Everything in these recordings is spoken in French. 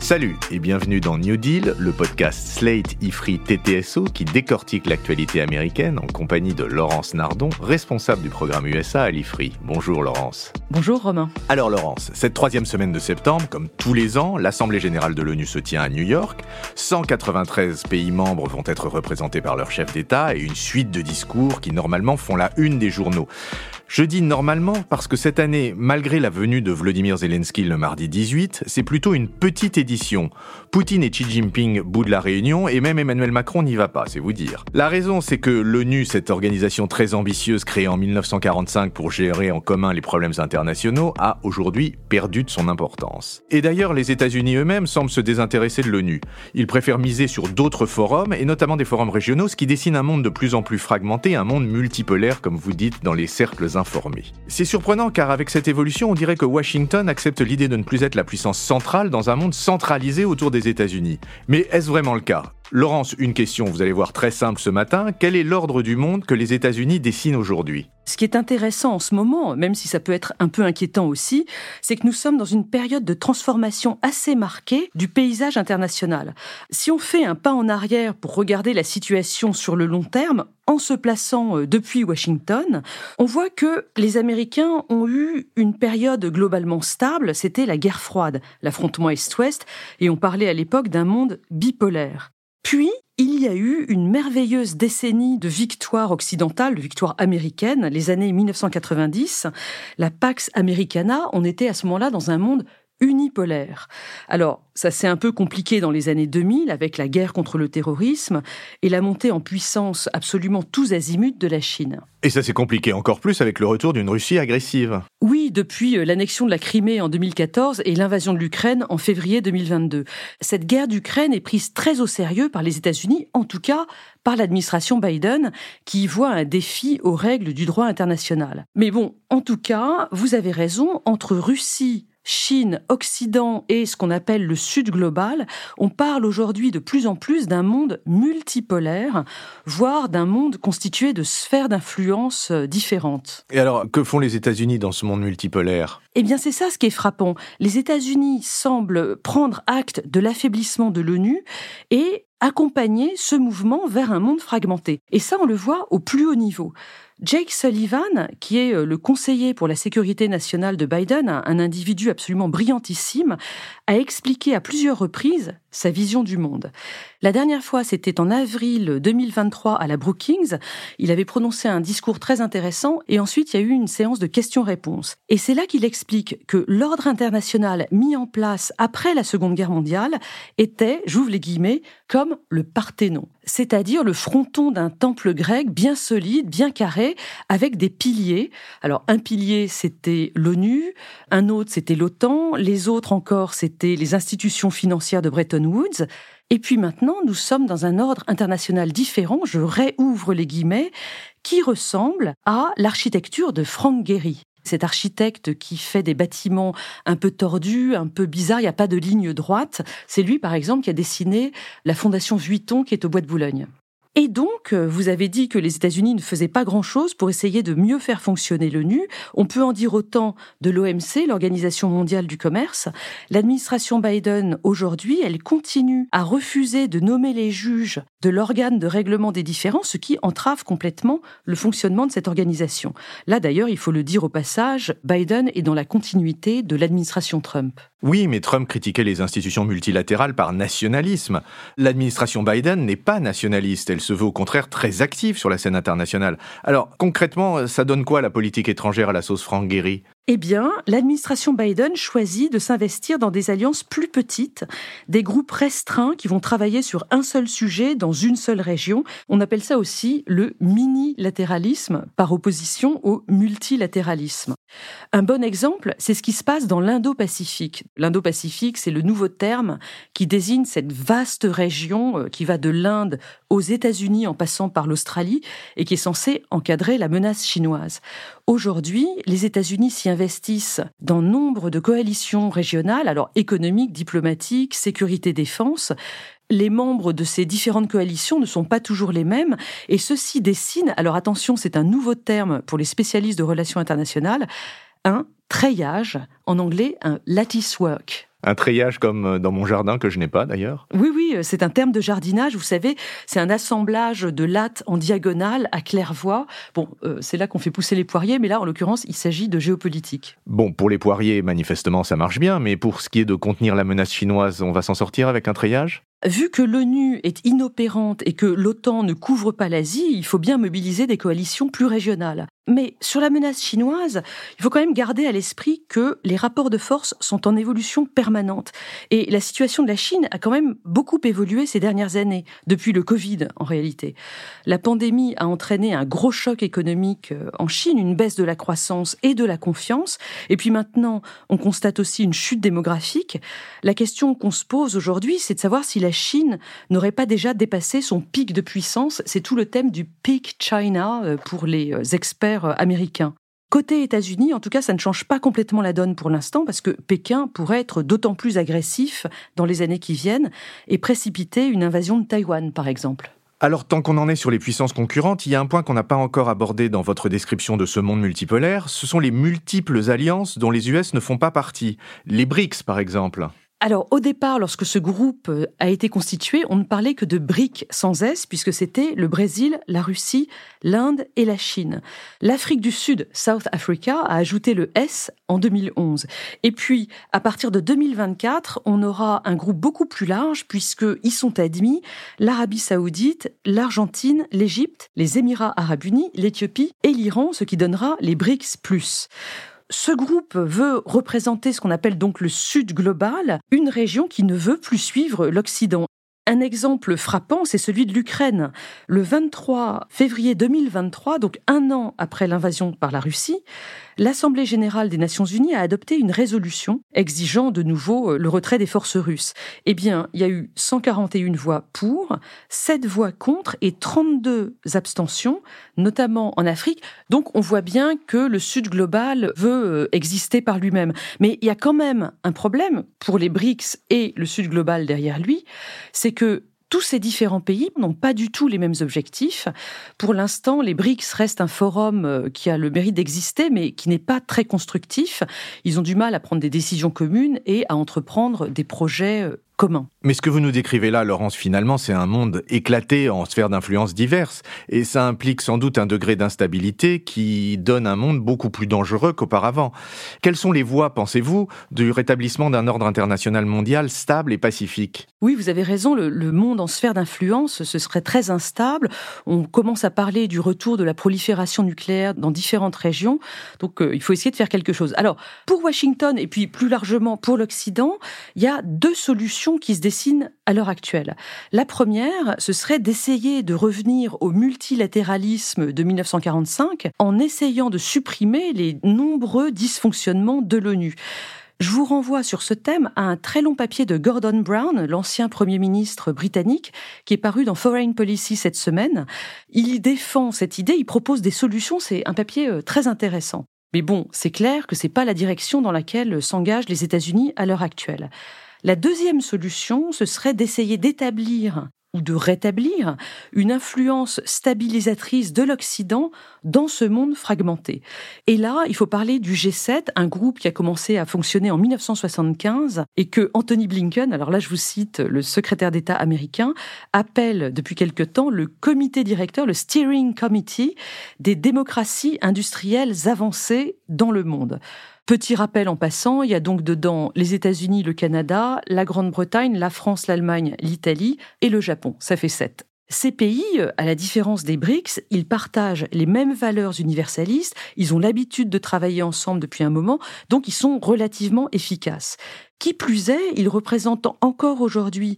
Salut et bienvenue dans New Deal, le podcast Slate IFRI TTSO qui décortique l'actualité américaine en compagnie de Laurence Nardon, responsable du programme USA à l'IFRI. Bonjour Laurence. Bonjour Romain. Alors Laurence, cette troisième semaine de septembre, comme tous les ans, l'Assemblée générale de l'ONU se tient à New York. 193 pays membres vont être représentés par leur chef d'État et une suite de discours qui normalement font la une des journaux. Je dis normalement parce que cette année, malgré la venue de Volodymyr Zelensky le mardi 18, c'est plutôt une petite édition. Poutine et Xi Jinping boudent la réunion et même Emmanuel Macron n'y va pas, c'est vous dire. La raison, c'est que l'ONU, cette organisation très ambitieuse créée en 1945 pour gérer en commun les problèmes internationaux, a aujourd'hui perdu de son importance. Et d'ailleurs, les États-Unis eux-mêmes semblent se désintéresser de l'ONU. Ils préfèrent miser sur d'autres forums, et notamment des forums régionaux, ce qui dessine un monde de plus en plus fragmenté, un monde multipolaire, comme vous dites, dans les cercles informés. C'est surprenant car avec cette évolution, on dirait que Washington accepte l'idée de ne plus être la puissance centrale dans un monde centralisé autour des États-Unis. Mais est-ce vraiment le cas ? Laurence, une question, vous allez voir très simple ce matin. Quel est l'ordre du monde que les États-Unis dessinent aujourd'hui ? Ce qui est intéressant en ce moment, même si ça peut être un peu inquiétant aussi, c'est que nous sommes dans une période de transformation assez marquée du paysage international. Si on fait un pas en arrière pour regarder la situation sur le long terme, en se plaçant depuis Washington, on voit que les Américains ont eu une période globalement stable, c'était la guerre froide, l'affrontement Est-Ouest, et on parlait à l'époque d'un monde bipolaire. Puis, il y a eu une merveilleuse décennie de victoires occidentales, de victoires américaines, les années 1990. La Pax Americana, on était à ce moment-là dans un monde unipolaire. Alors, ça s'est un peu compliqué dans les années 2000 avec la guerre contre le terrorisme et la montée en puissance absolument tous azimuts de la Chine. Et ça s'est compliqué encore plus avec le retour d'une Russie agressive. Oui, depuis l'annexion de la Crimée en 2014 et l'invasion de l'Ukraine en février 2022. Cette guerre d'Ukraine est prise très au sérieux par les États-Unis, en tout cas par l'administration Biden, qui y voit un défi aux règles du droit international. Mais bon, en tout cas, vous avez raison, entre Russie, Chine, Occident et ce qu'on appelle le Sud global, on parle aujourd'hui de plus en plus d'un monde multipolaire, voire d'un monde constitué de sphères d'influence différentes. Et alors, que font les États-Unis dans ce monde multipolaire ? Eh bien, c'est ça ce qui est frappant. Les États-Unis semblent prendre acte de l'affaiblissement de l'ONU et accompagner ce mouvement vers un monde fragmenté. Et ça, on le voit au plus haut niveau. Jake Sullivan, qui est le conseiller pour la sécurité nationale de Biden, un individu absolument brillantissime, a expliqué à plusieurs reprises sa vision du monde. La dernière fois, c'était en avril 2023 à la Brookings. Il avait prononcé un discours très intéressant et ensuite il y a eu une séance de questions-réponses. Et c'est là qu'il explique que l'ordre international mis en place après la Seconde Guerre mondiale était, j'ouvre les guillemets, comme le Parthénon, c'est-à-dire le fronton d'un temple grec bien solide, bien carré, avec des piliers. Alors un pilier, c'était l'ONU, un autre, c'était l'OTAN, les autres encore, c'était les institutions financières de Bretton Woods. Et puis maintenant, nous sommes dans un ordre international différent, je réouvre les guillemets, qui ressemble à l'architecture de Frank Gehry. Cet architecte qui fait des bâtiments un peu tordus, un peu bizarres, il n'y a pas de ligne droite. C'est lui, par exemple, qui a dessiné la fondation Vuitton qui est au Bois de Boulogne. Et donc, vous avez dit que les États-Unis ne faisaient pas grand-chose pour essayer de mieux faire fonctionner l'ONU. On peut en dire autant de l'OMC, l'Organisation mondiale du commerce. L'administration Biden, aujourd'hui, elle continue à refuser de nommer les juges de l'organe de règlement des différends, ce qui entrave complètement le fonctionnement de cette organisation. Là, d'ailleurs, il faut le dire au passage, Biden est dans la continuité de l'administration Trump. Oui, mais Trump critiquait les institutions multilatérales par nationalisme. L'administration Biden n'est pas nationaliste, elle se veut au contraire très active sur la scène internationale. Alors, concrètement, ça donne quoi la politique étrangère à la sauce Frank Gehry ? Eh bien, l'administration Biden choisit de s'investir dans des alliances plus petites, des groupes restreints qui vont travailler sur un seul sujet dans une seule région. On appelle ça aussi le minilatéralisme, par opposition au multilatéralisme. Un bon exemple, c'est ce qui se passe dans l'Indo-Pacifique. L'Indo-Pacifique, c'est le nouveau terme qui désigne cette vaste région qui va de l'Inde aux États-Unis en passant par l'Australie et qui est censée encadrer la menace chinoise. Aujourd'hui, les États-Unis s'y investissent dans nombre de coalitions régionales, alors économiques, diplomatiques, sécurité, défense. Les membres de ces différentes coalitions ne sont pas toujours les mêmes et ceci dessine, alors attention, c'est un nouveau terme pour les spécialistes de relations internationales, un treillage, en anglais un lattice work. Un treillage comme dans mon jardin que je n'ai pas d'ailleurs. Oui, c'est un terme de jardinage, vous savez, c'est un assemblage de lattes en diagonale à claire-voie. Bon, c'est là qu'on fait pousser les poiriers, mais là, en l'occurrence, il s'agit de géopolitique. Bon, pour les poiriers, manifestement, ça marche bien, mais pour ce qui est de contenir la menace chinoise, on va s'en sortir avec un treillage ? Vu que l'ONU est inopérante et que l'OTAN ne couvre pas l'Asie, il faut bien mobiliser des coalitions plus régionales. Mais sur la menace chinoise, il faut quand même garder à l'esprit que les rapports de force sont en évolution permanente. Et la situation de la Chine a quand même beaucoup évolué ces dernières années, depuis le Covid en réalité. La pandémie a entraîné un gros choc économique en Chine, une baisse de la croissance et de la confiance. Et puis maintenant, on constate aussi une chute démographique. La question qu'on se pose aujourd'hui, c'est de savoir si la Chine n'aurait pas déjà dépassé son pic de puissance. C'est tout le thème du Peak China pour les experts américains. Côté États-Unis, en tout cas, ça ne change pas complètement la donne pour l'instant parce que Pékin pourrait être d'autant plus agressif dans les années qui viennent et précipiter une invasion de Taïwan, par exemple. Alors, tant qu'on en est sur les puissances concurrentes, il y a un point qu'on n'a pas encore abordé dans votre description de ce monde multipolaire, ce sont les multiples alliances dont les US ne font pas partie. Les BRICS, par exemple. Alors, au départ, lorsque ce groupe a été constitué, on ne parlait que de BRIC sans S, puisque c'était le Brésil, la Russie, l'Inde et la Chine. L'Afrique du Sud, South Africa, a ajouté le S en 2011. Et puis, à partir de 2024, on aura un groupe beaucoup plus large, puisqu'ils sont admis l'Arabie Saoudite, l'Argentine, l'Égypte, les Émirats Arabes Unis, l'Éthiopie et l'Iran, ce qui donnera les BRICS+. Ce groupe veut représenter ce qu'on appelle donc le Sud global, une région qui ne veut plus suivre l'Occident. Un exemple frappant, c'est celui de l'Ukraine. Le 23 février 2023, donc un an après l'invasion par la Russie, l'Assemblée générale des Nations unies a adopté une résolution exigeant de nouveau le retrait des forces russes. Eh bien, il y a eu 141 voix pour, 7 voix contre et 32 abstentions, notamment en Afrique. Donc, on voit bien que le Sud global veut exister par lui-même. Mais il y a quand même un problème pour les BRICS et le Sud global derrière lui, c'est que tous ces différents pays n'ont pas du tout les mêmes objectifs. Pour l'instant, les BRICS restent un forum qui a le mérite d'exister, mais qui n'est pas très constructif. Ils ont du mal à prendre des décisions communes et à entreprendre des projets communs. Mais ce que vous nous décrivez là, Laurence, finalement, c'est un monde éclaté en sphères d'influence diverses. Et ça implique sans doute un degré d'instabilité qui donne un monde beaucoup plus dangereux qu'auparavant. Quelles sont les voies, pensez-vous, du rétablissement d'un ordre international mondial stable et pacifique ? Oui, vous avez raison, le monde en sphère d'influence, ce serait très instable. On commence à parler du retour de la prolifération nucléaire dans différentes régions. Donc, il faut essayer de faire quelque chose. Alors, pour Washington et puis plus largement pour l'Occident, il y a 2 solutions qui se dessinent à l'heure actuelle. La première, ce serait d'essayer de revenir au multilatéralisme de 1945 en essayant de supprimer les nombreux dysfonctionnements de l'ONU. Je vous renvoie sur ce thème à un très long papier de Gordon Brown, l'ancien Premier ministre britannique, qui est paru dans Foreign Policy cette semaine. Il y défend cette idée, il propose des solutions, c'est un papier très intéressant. Mais bon, c'est clair que c'est pas la direction dans laquelle s'engagent les États-Unis à l'heure actuelle. La deuxième solution, ce serait d'essayer d'établir ou de rétablir une influence stabilisatrice de l'Occident dans ce monde fragmenté. Et là, il faut parler du G7, un groupe qui a commencé à fonctionner en 1975 et que Anthony Blinken, alors là je vous cite le secrétaire d'État américain, appelle depuis quelque temps le comité directeur, le Steering Committee des démocraties industrielles avancées dans le monde. Petit rappel en passant, il y a donc dedans les États-Unis, le Canada, la Grande-Bretagne, la France, l'Allemagne, l'Italie et le Japon. Ça fait 7. Ces pays, à la différence des BRICS, ils partagent les mêmes valeurs universalistes, ils ont l'habitude de travailler ensemble depuis un moment, donc ils sont relativement efficaces. Qui plus est, ils représentent encore aujourd'hui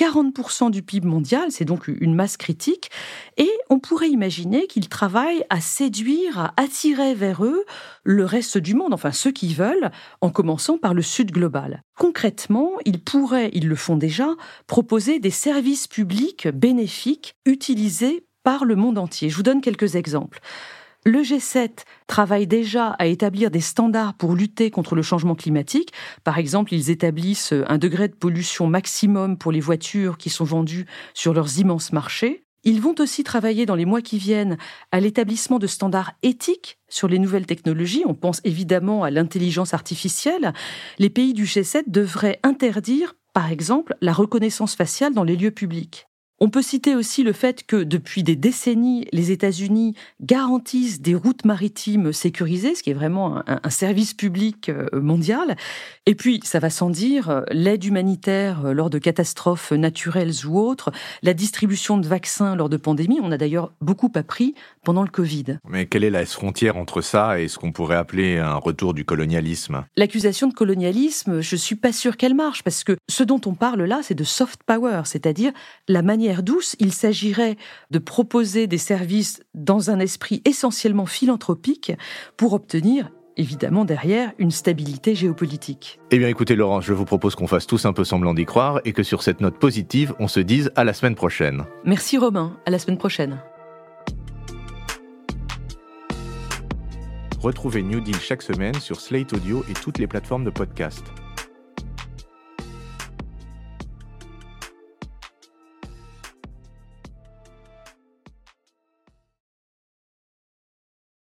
40% du PIB mondial, c'est donc une masse critique, et on pourrait imaginer qu'ils travaillent à séduire, à attirer vers eux le reste du monde, enfin ceux qui veulent, en commençant par le Sud global. Concrètement, ils pourraient, ils le font déjà, proposer des services publics bénéfiques utilisés par le monde entier. Je vous donne quelques exemples. Le G7 travaille déjà à établir des standards pour lutter contre le changement climatique. Par exemple, ils établissent un degré de pollution maximum pour les voitures qui sont vendues sur leurs immenses marchés. Ils vont aussi travailler dans les mois qui viennent à l'établissement de standards éthiques sur les nouvelles technologies. On pense évidemment à l'intelligence artificielle. Les pays du G7 devraient interdire, par exemple, la reconnaissance faciale dans les lieux publics. On peut citer aussi le fait que depuis des décennies, les États-Unis garantissent des routes maritimes sécurisées, ce qui est vraiment un service public mondial. Et puis, ça va sans dire, l'aide humanitaire lors de catastrophes naturelles ou autres, la distribution de vaccins lors de pandémies. On a d'ailleurs beaucoup appris pendant le Covid. Mais quelle est la frontière entre ça et ce qu'on pourrait appeler un retour du colonialisme ? L'accusation de colonialisme, je suis pas sûre qu'elle marche, parce que ce dont on parle là, c'est de soft power, c'est-à-dire la manière douce. Il s'agirait de proposer des services dans un esprit essentiellement philanthropique pour obtenir, évidemment, derrière, une stabilité géopolitique. Eh bien, écoutez, Laurence, je vous propose qu'on fasse tous un peu semblant d'y croire et que sur cette note positive, on se dise à la semaine prochaine. Merci Romain, à la semaine prochaine. Retrouvez New Deal chaque semaine sur Slate Audio et toutes les plateformes de podcast.